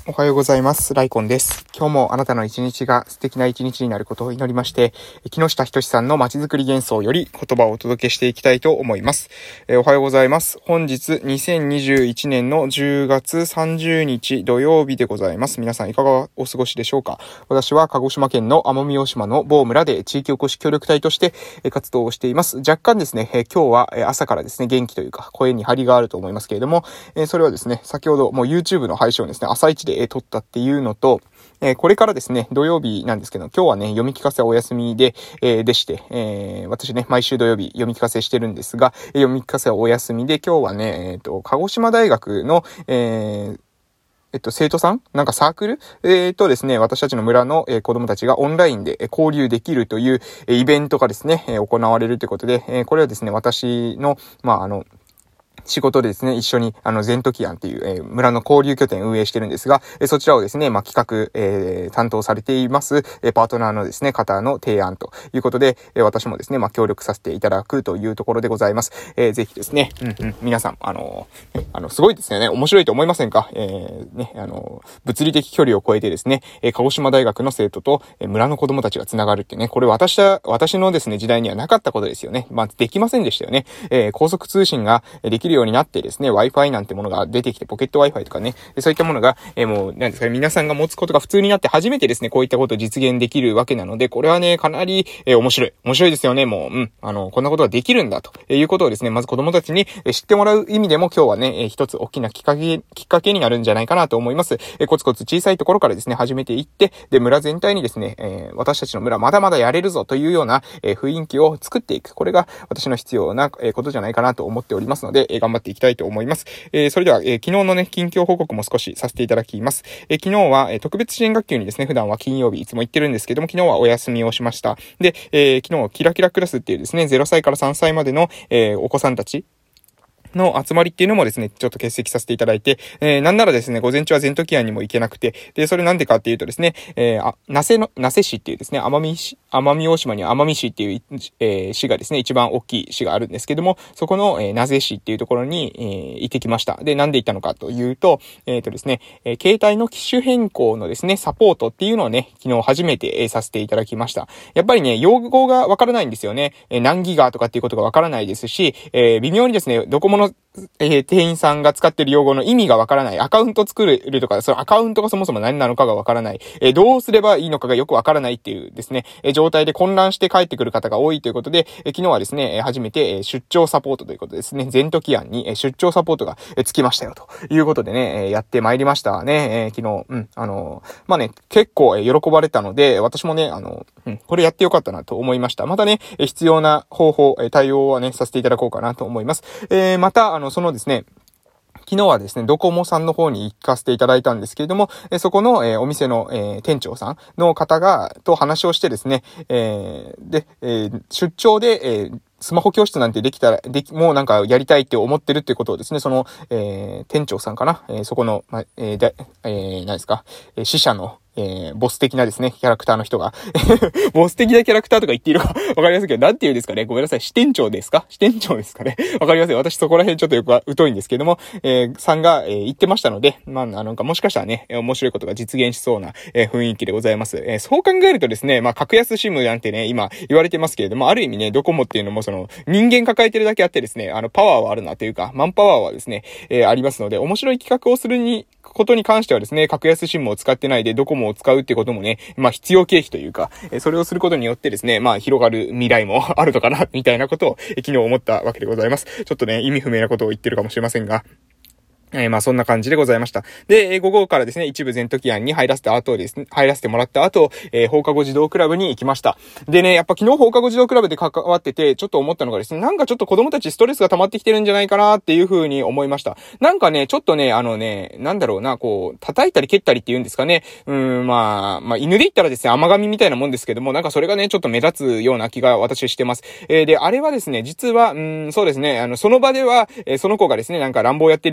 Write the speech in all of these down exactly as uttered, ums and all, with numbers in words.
おはようございます。ライコンです。今日もあなたの一日が素敵な一日になることを祈りまして、木下仁さんのまちづくり幻想より言葉をお届けしていきたいと思います。えー、おはようございます。本日にせんにじゅういちねんのじゅうがつさんじゅうにち土曜日でございます。皆さんいかがお過ごしでしょうか。私は鹿児島県の奄美大島の某村で地域おこし協力隊として活動をしています。若干ですね、えー、今日は朝からですね、元気というか声に張りがあると思いますけれども、えー、それはですね、先ほどもう YouTube の配信をですね、朝一で撮ったっていうのと、えー、これからですね、土曜日なんですけど、今日はね、読み聞かせはお休みで、えー、でして、えー、私ね、毎週土曜日読み聞かせしてるんですが、えー、読み聞かせはお休みで、今日はね、えっと、鹿児島大学の、えー、えっと、生徒さんなんかサークルえっとですね、私たちの村の、えー、子供たちがオンラインで、えー、交流できるという、えー、イベントがですね、えー、行われるということで、えー、これはですね、私の、まあ、あの、仕事でですね、一緒に、あの、ゼントキアンっていう、えー、村の交流拠点運営してるんですが、えー、そちらをですね、まあ、企画、えー、担当されています、えー、パートナーのですね、方の提案ということで、えー、私もですね、まあ、協力させていただくというところでございます。えー、ぜひですね、うんうん、皆さん、あのー、あの、すごいですよね、面白いと思いませんか？えー、ね、あのー、物理的距離を超えてですね、えー、鹿児島大学の生徒と、えー、村の子供たちがつながるってね、これ私は、私のですね、時代にはなかったことですよね。まあ、できませんでしたよね。えー、高速通信ができるようになってですね、Wi-Fi なんてものが出てきて、ポケット Wi-Fi とかね、そういったものが、えー、もう、なんですかね、皆さんが持つことが普通になって初めてですね、こういったことを実現できるわけなので、これはね、かなり、えー、面白い。面白いですよね、もう、うん、あの、こんなことができるんだ、ということをですね、まず子供たちに知ってもらう意味でも今日はね、えー、一つ大きなきっかけ、きっかけになるんじゃないかなと思います。えー、コツコツ小さいところからですね、始めていって、で、村全体にですね、えー、私たちの村まだまだやれるぞというような、えー、雰囲気を作っていく。これが私の必要な、えー、ことじゃないかなと思っておりますので、えー、頑張っていきたいと思います。えー、それでは、えー、昨日のね、近況報告も少しさせていただきます。えー、昨日は、えー、特別支援学級にですね、普段は金曜日いつも行ってるんですけども、昨日はお休みをしました。で、えー、昨日キラキラクラスっていうですね、ゼロさいからさんさいまでの、えー、お子さんたち、の集まりっていうのもですね、ちょっと欠席させていただいて、えー、なんならですね、午前中はゼントキアンにも行けなくて、で、それなんでかっていうとですね、えー、あ、那瀬の、那瀬市っていうですね、奄美市、奄美大島には奄美市っていう、えー、市がですね、一番大きい市があるんですけども、そこの、えー、那瀬市っていうところに、えー、行ってきました。で、なんで行ったのかというと、えっとですね、えー、携帯の機種変更のですね、サポートっていうのをね、昨日初めて、えー、させていただきました。やっぱりね、用語がわからないんですよね。えー、何ギガとかっていうことがわからないですし、えー、微妙にですね、ドコモのえー、店員さんが使っている用語の意味がわからない。アカウント作るとか、そのアカウントがそもそも何なのかがわからない。えー、どうすればいいのかがよくわからないっていうですね、えー、状態で混乱して帰ってくる方が多いということで、えー、昨日はですね、初めて、えー、出張サポートということですね、ゼントキアンに、えー、出張サポートが、えー、つきましたよということでね、えー、やってまいりましたね。えー、昨日、うん、あのー、まあね、結構、えー、喜ばれたので、私もね、あのー、うん、これやってよかったなと思いました。またね、えー、必要な方法、えー、対応はね、させていただこうかなと思います。えー、また、あの、そのですね、昨日はですね、ドコモさんの方に行かせていただいたんですけれども、えそこの、えー、お店の、えー、店長さんの方が、と話をしてですね、えー、で、えー、出張で、えースマホ教室なんてできたら、でき、もうなんかやりたいって思ってるってことをですね、その、えー、店長さんかな、えー、そこの、ま、えー、だ、えー、何ですか、えー、支社の、えー、ボス的なですね、キャラクターの人が、ボス的なキャラクターとか言っているかわかりませんけど、なんて言うんですかね、ごめんなさい、支店長ですか支店長ですかねわかりません。私そこら辺ちょっとよく疎いんですけども、えー、さんが、えー、言ってましたので、まあ、なんかもしかしたらね、面白いことが実現しそうな、えー、雰囲気でございます。えー、そう考えるとですね、まあ、格安シムなんてね、今言われてますけれども、ある意味ね、ドコモっていうのもその、人間抱えてるだけあってですね、あの、パワーはあるなというか、マンパワーはですね、えー、ありますので、面白い企画をするに、ことに関してはですね、格安シムを使ってないでドコモを使うってこともね、まあ必要経費というか、えー、それをすることによってですね、まあ広がる未来もあるのかな、みたいなことを、えー、昨日思ったわけでございます。ちょっとね、意味不明なことを言ってるかもしれませんが、えー、まあそんな感じでございました。で、午後からですね、一部ゼントキアンに入らせた後ですね、入らせてもらった後、えー、放課後児童クラブに行きました。でね、やっぱ昨日放課後児童クラブで関わってて、ちょっと思ったのがですね、なんかちょっと子供たちストレスが溜まってきてるんじゃないかなっていう風に思いました。なんかね、ちょっとね、あのね、なんだろうな、こう、叩いたり蹴ったりって言うんですかね。うーん、まあ、まあ犬で言ったらですね、甘噛みみたいなもんですけども、なんかそれがね、ちょっと目立つような気が私してます。えー、で、あれはですね、実は、うーん、そうですね、あの、その場では、えー、その子がですね、なんか乱暴やってるように見え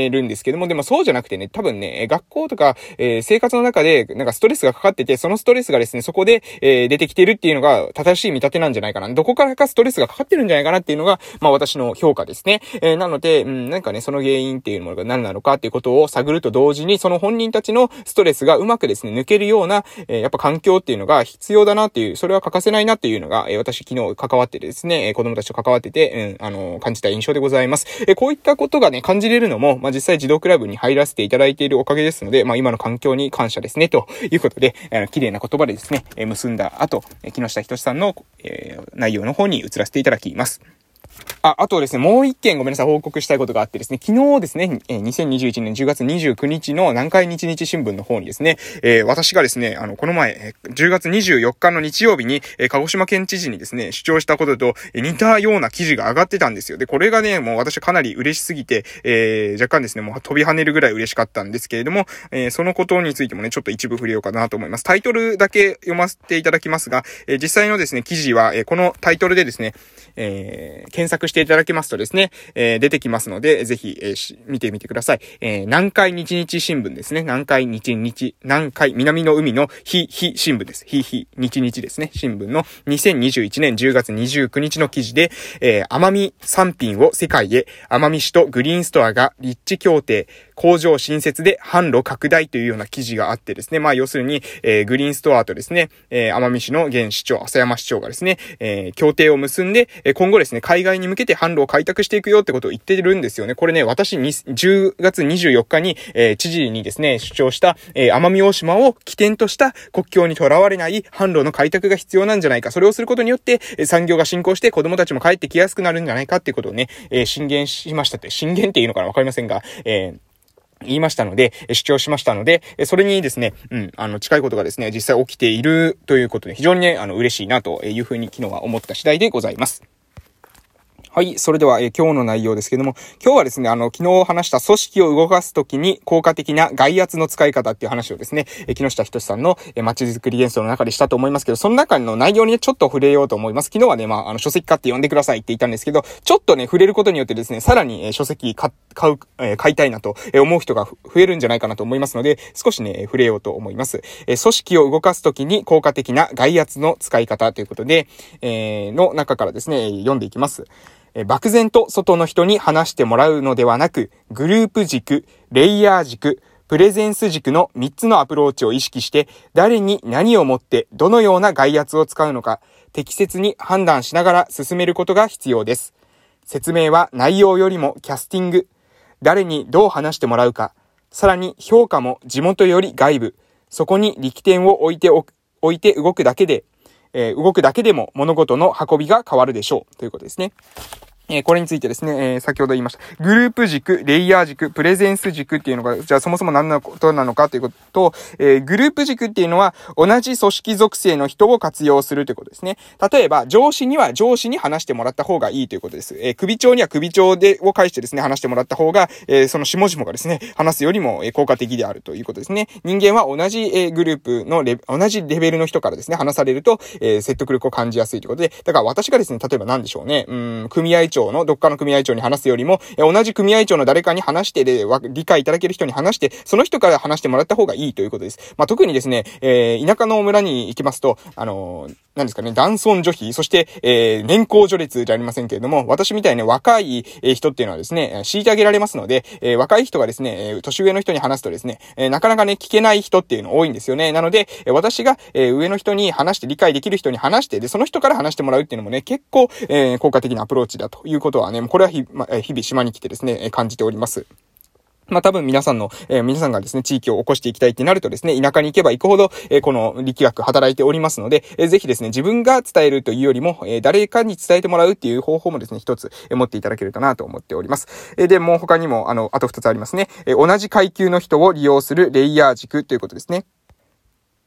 めるんですけども、でもそうじゃなくてね、多分ね、学校とか、えー、生活の中で、なんかストレスがかかってて、そのストレスがですね、そこで、えー、出てきてるっていうのが正しい見立てなんじゃないかな。どこからかストレスがかかってるんじゃないかなっていうのが、まあ私の評価ですね。えー、なので、うん、なんかね、その原因っていうものが何なのかっていうことを探ると同時に、その本人たちのストレスがうまくですね、抜けるような、えー、やっぱ環境っていうのが必要だなっていう、それは欠かせないなっていうのが、えー、私昨日関わってですね、えー、子供たちと関わってて、うん、あのー、感じた印象でございます。えー、こういったことがね、感じれるのも、まあ実際児童クラブに入らせていただいているおかげですので、まあ今の環境に感謝ですね、ということで、えー、綺麗な言葉でですね、えー、結んだ後、木下仁さんの、えー、内容の方に移らせていただきます。あ、あとですね、もう一件ごめんなさい、報告したいことがあってですね、昨日ですね、えー、にせんにじゅういちねんじゅうがつにじゅうくにちの南海日日新聞の方にですね、えー、私がですね、あの、この前、じゅうがつにじゅうよっかの日曜日に、えー、鹿児島県知事にですね、主張したことと、えー、似たような記事が上がってたんですよ。で、これがね、もう私かなり嬉しすぎて、えー、若干ですね、もう飛び跳ねるぐらい嬉しかったんですけれども、えー、そのことについてもね、ちょっと一部触れようかなと思います。タイトルだけ読ませていただきますが、えー、実際のですね、記事は、えー、このタイトルでですね、えー、検索していただきますとですね、えー、出てきますので、ぜひ、えー、見てみてください。えー、南海日日新聞ですね。南海日日、南海、南の海の非、非新聞です。非、非、日日ですね。新聞のにせんにじゅういちねんじゅうがつにじゅうくにちの記事で、えー、奄美産品を世界へ、奄美市とグリーンストアが立地協定、工場新設で販路拡大というような記事があってですね、まあ要するに、えー、グリーンストアとですね、えー、奄美市の現市長、浅山市長がですね、えー、協定を結んで、今後ですね、海外に向けて販路を開拓していくよってことを言ってるんですよね。これね、私にじゅうがつにじゅうよっかに、えー、知事にですね、主張した、えー、奄美大島を起点とした国境にとらわれない販路の開拓が必要なんじゃないか。それをすることによって、えー、産業が振興して子供たちも帰ってきやすくなるんじゃないかっていうことをね、えー、進言しましたって、進言っていうのかなわかりませんが、えー言いましたので、主張しましたので、それにですね、うん、あの、近いことがですね、実際起きているということで、非常にね、あの、嬉しいなというふうに昨日は思った次第でございます。はい。それでは、えー、今日の内容ですけども、今日はですね、あの、昨日話した組織を動かすときに効果的な外圧の使い方っていう話をですね、えー、木下仁さんの、えー、街づくり幻想の中でしたと思いますけど、その中の内容に、ね、ちょっと触れようと思います。昨日はね、まあ、あの、書籍買って読んでくださいって言ったんですけど、ちょっとね、触れることによってですね、さらに、えー、書籍買、買う、えー、買いたいなと思う人が増えるんじゃないかなと思いますので、少しね、触れようと思います。えー、組織を動かすときに効果的な外圧の使い方ということで、えー、の中からですね、読んでいきます。漠然と外の人に話してもらうのではなく、グループ軸、レイヤー軸、プレゼンス軸のみっつのアプローチを意識して、誰に何をもってどのような外圧を使うのか、適切に判断しながら進めることが必要です。説明は内容よりもキャスティング、誰にどう話してもらうか、さらに評価も地元より外部、そこに力点を置いておく、置いて動くだけで、えー、動くだけでも物事の運びが変わるでしょうということですね。えー、これについてですね、えー、先ほど言いました。グループ軸、レイヤー軸、プレゼンス軸っていうのが、じゃあそもそも何のことなのかということと、えー、グループ軸っていうのは、同じ組織属性の人を活用するということですね。例えば、上司には上司に話してもらった方がいいということです。えー、首長には首長で、を介してですね、話してもらった方が、えー、その下々がですね、話すよりも、えー、効果的であるということですね。人間は同じ、えー、グループのレ、同じレベルの人からですね、話されると、えー、説得力を感じやすいということで、だから私がですね、例えば何でしょうね、うーん、組合長のどっかの組合長に話すよりも、同じ組合長の誰かに話してで、理解いただける人に話して、その人から話してもらった方がいいということです。まあ、特にですね、えー、田舎の村に行きますと、あのー、何ですかね、男尊女卑、そして、えー、年功序列じゃありませんけれども、私みたいに若い人っていうのはですね、虐げられますので、えー、若い人がですね、年上の人に話すとですね、えー、なかなかね、聞けない人っていうの多いんですよね。なので、私が、えー、上の人に話して理解できる人に話して、で、その人から話してもらうっていうのもね、結構、えー、効果的なアプローチだということはね、これはひ、ま、日々島に来てですね、感じております。まあ、多分皆さんの、えー、皆さんがですね、地域を起こしていきたいってなるとですね、田舎に行けば行くほど、えー、この力学働いておりますので、えー、ぜひですね、自分が伝えるというよりも、えー、誰かに伝えてもらうっていう方法もですね、一つ、えー、持っていただけるかなと思っております。えー、で、もう他にも、あの、あと二つありますね。えー、同じ階級の人を利用するレイヤー軸ということですね。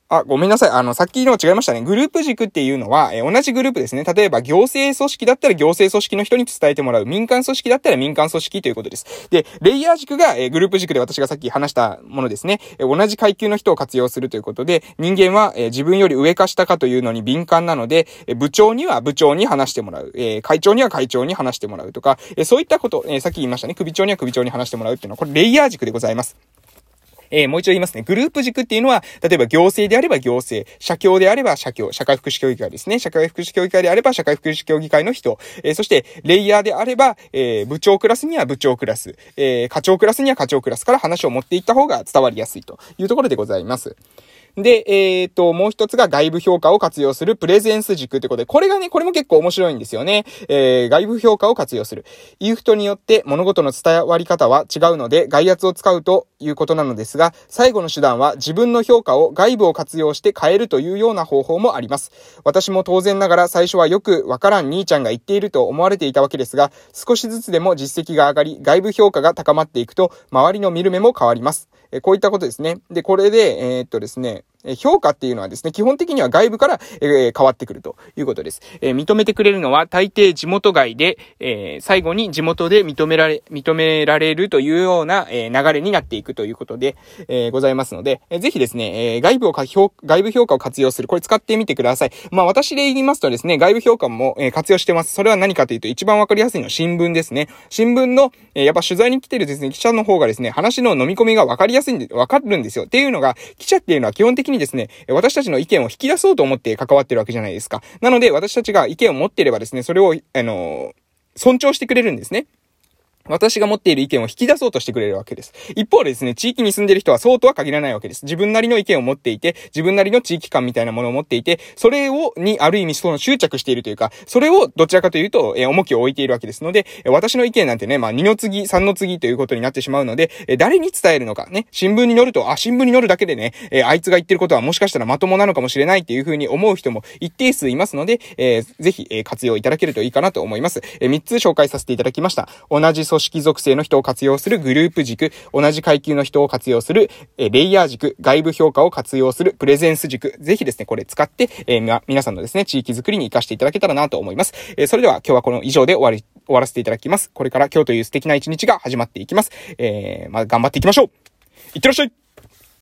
あ、ごめんなさい。あの、さっきの違いましたね。グループ軸っていうのは、えー、同じグループですね。例えば、行政組織だったら行政組織の人に伝えてもらう。民間組織だったら民間組織ということです。で、レイヤー軸が、えー、グループ軸で私がさっき話したものですね。えー、同じ階級の人を活用するということで、人間は、えー、自分より上か下かというのに敏感なので、えー、部長には部長に話してもらう。えー、会長には会長に話してもらうとか、えー、そういったこと、えー、さっき言いましたね。首長には首長に話してもらうっていうのは、これレイヤー軸でございます。えー、もう一度言いますね。グループ軸っていうのは、例えば行政であれば行政、社協であれば社協、社会福祉協議会ですね。社会福祉協議会であれば社会福祉協議会の人、えー、そしてレイヤーであれば、えー、部長クラスには部長クラス、えー、課長クラスには課長クラスから話を持っていった方が伝わりやすいというところでございます。で、えっと、もう一つが外部評価を活用するプレゼンス軸ということで、これがね、これも結構面白いんですよね。えー、外部評価を活用する。言う人によって物事の伝わり方は違うので、外圧を使うということなのですが、最後の手段は自分の評価を外部を活用して変えるというような方法もあります。私も当然ながら最初はよくわからん兄ちゃんが言っていると思われていたわけですが、少しずつでも実績が上がり、外部評価が高まっていくと、周りの見る目も変わります。えー、こういったことですね。で、これで、えー、っとですね、評価っていうのはですね、基本的には外部から、えー、変わってくるということです。えー、認めてくれるのは大抵地元外で、えー、最後に地元で認められ、認められるというような、えー、流れになっていくということで、えー、ございますので、えー、ぜひですね、えー、外部をか、評、外部評価を活用する。これ使ってみてください。まあ私で言いますとですね、外部評価も、えー、活用してます。それは何かというと一番わかりやすいのは新聞ですね。新聞の、えー、やっぱ取材に来てるですね、記者の方がですね、話の飲み込みがわかりやすいんで、わかるんですよ。っていうのが、記者っていうのは基本的にですね、私私たちの意見を引き出そうと思って関わってるわけじゃないですか。なので、私たちが意見を持っていればですね、それを、あのー、尊重してくれるんですね。私が持っている意見を引き出そうとしてくれるわけです。一方でですね、地域に住んでいる人はそうとは限らないわけです。自分なりの意見を持っていて、自分なりの地域感みたいなものを持っていて、それを、にある意味その執着しているというか、それをどちらかというと、えー、重きを置いているわけですので、私の意見なんてね、まあ二の次、三の次ということになってしまうので、えー、誰に伝えるのかね、新聞に載ると、あ、新聞に載るだけでね、えー、あいつが言ってることはもしかしたらまともなのかもしれないっていうふうに思う人も一定数いますので、えー、ぜひ、えー、活用いただけるといいかなと思います。えー、三つ紹介させていただきました。同じ組織属性の人を活用するグループ軸、同じ階級の人を活用する、えー、レイヤー軸、外部評価を活用するプレゼンス軸、ぜひですね、これ使って、えー、ま、皆さんのですね、地域づくりに活かしていただけたらなと思います。えー、それでは今日はこの以上で終わり、終わらせていただきます。これから今日という素敵な一日が始まっていきます。えー、まあ、頑張っていきましょう。いってらっしゃい。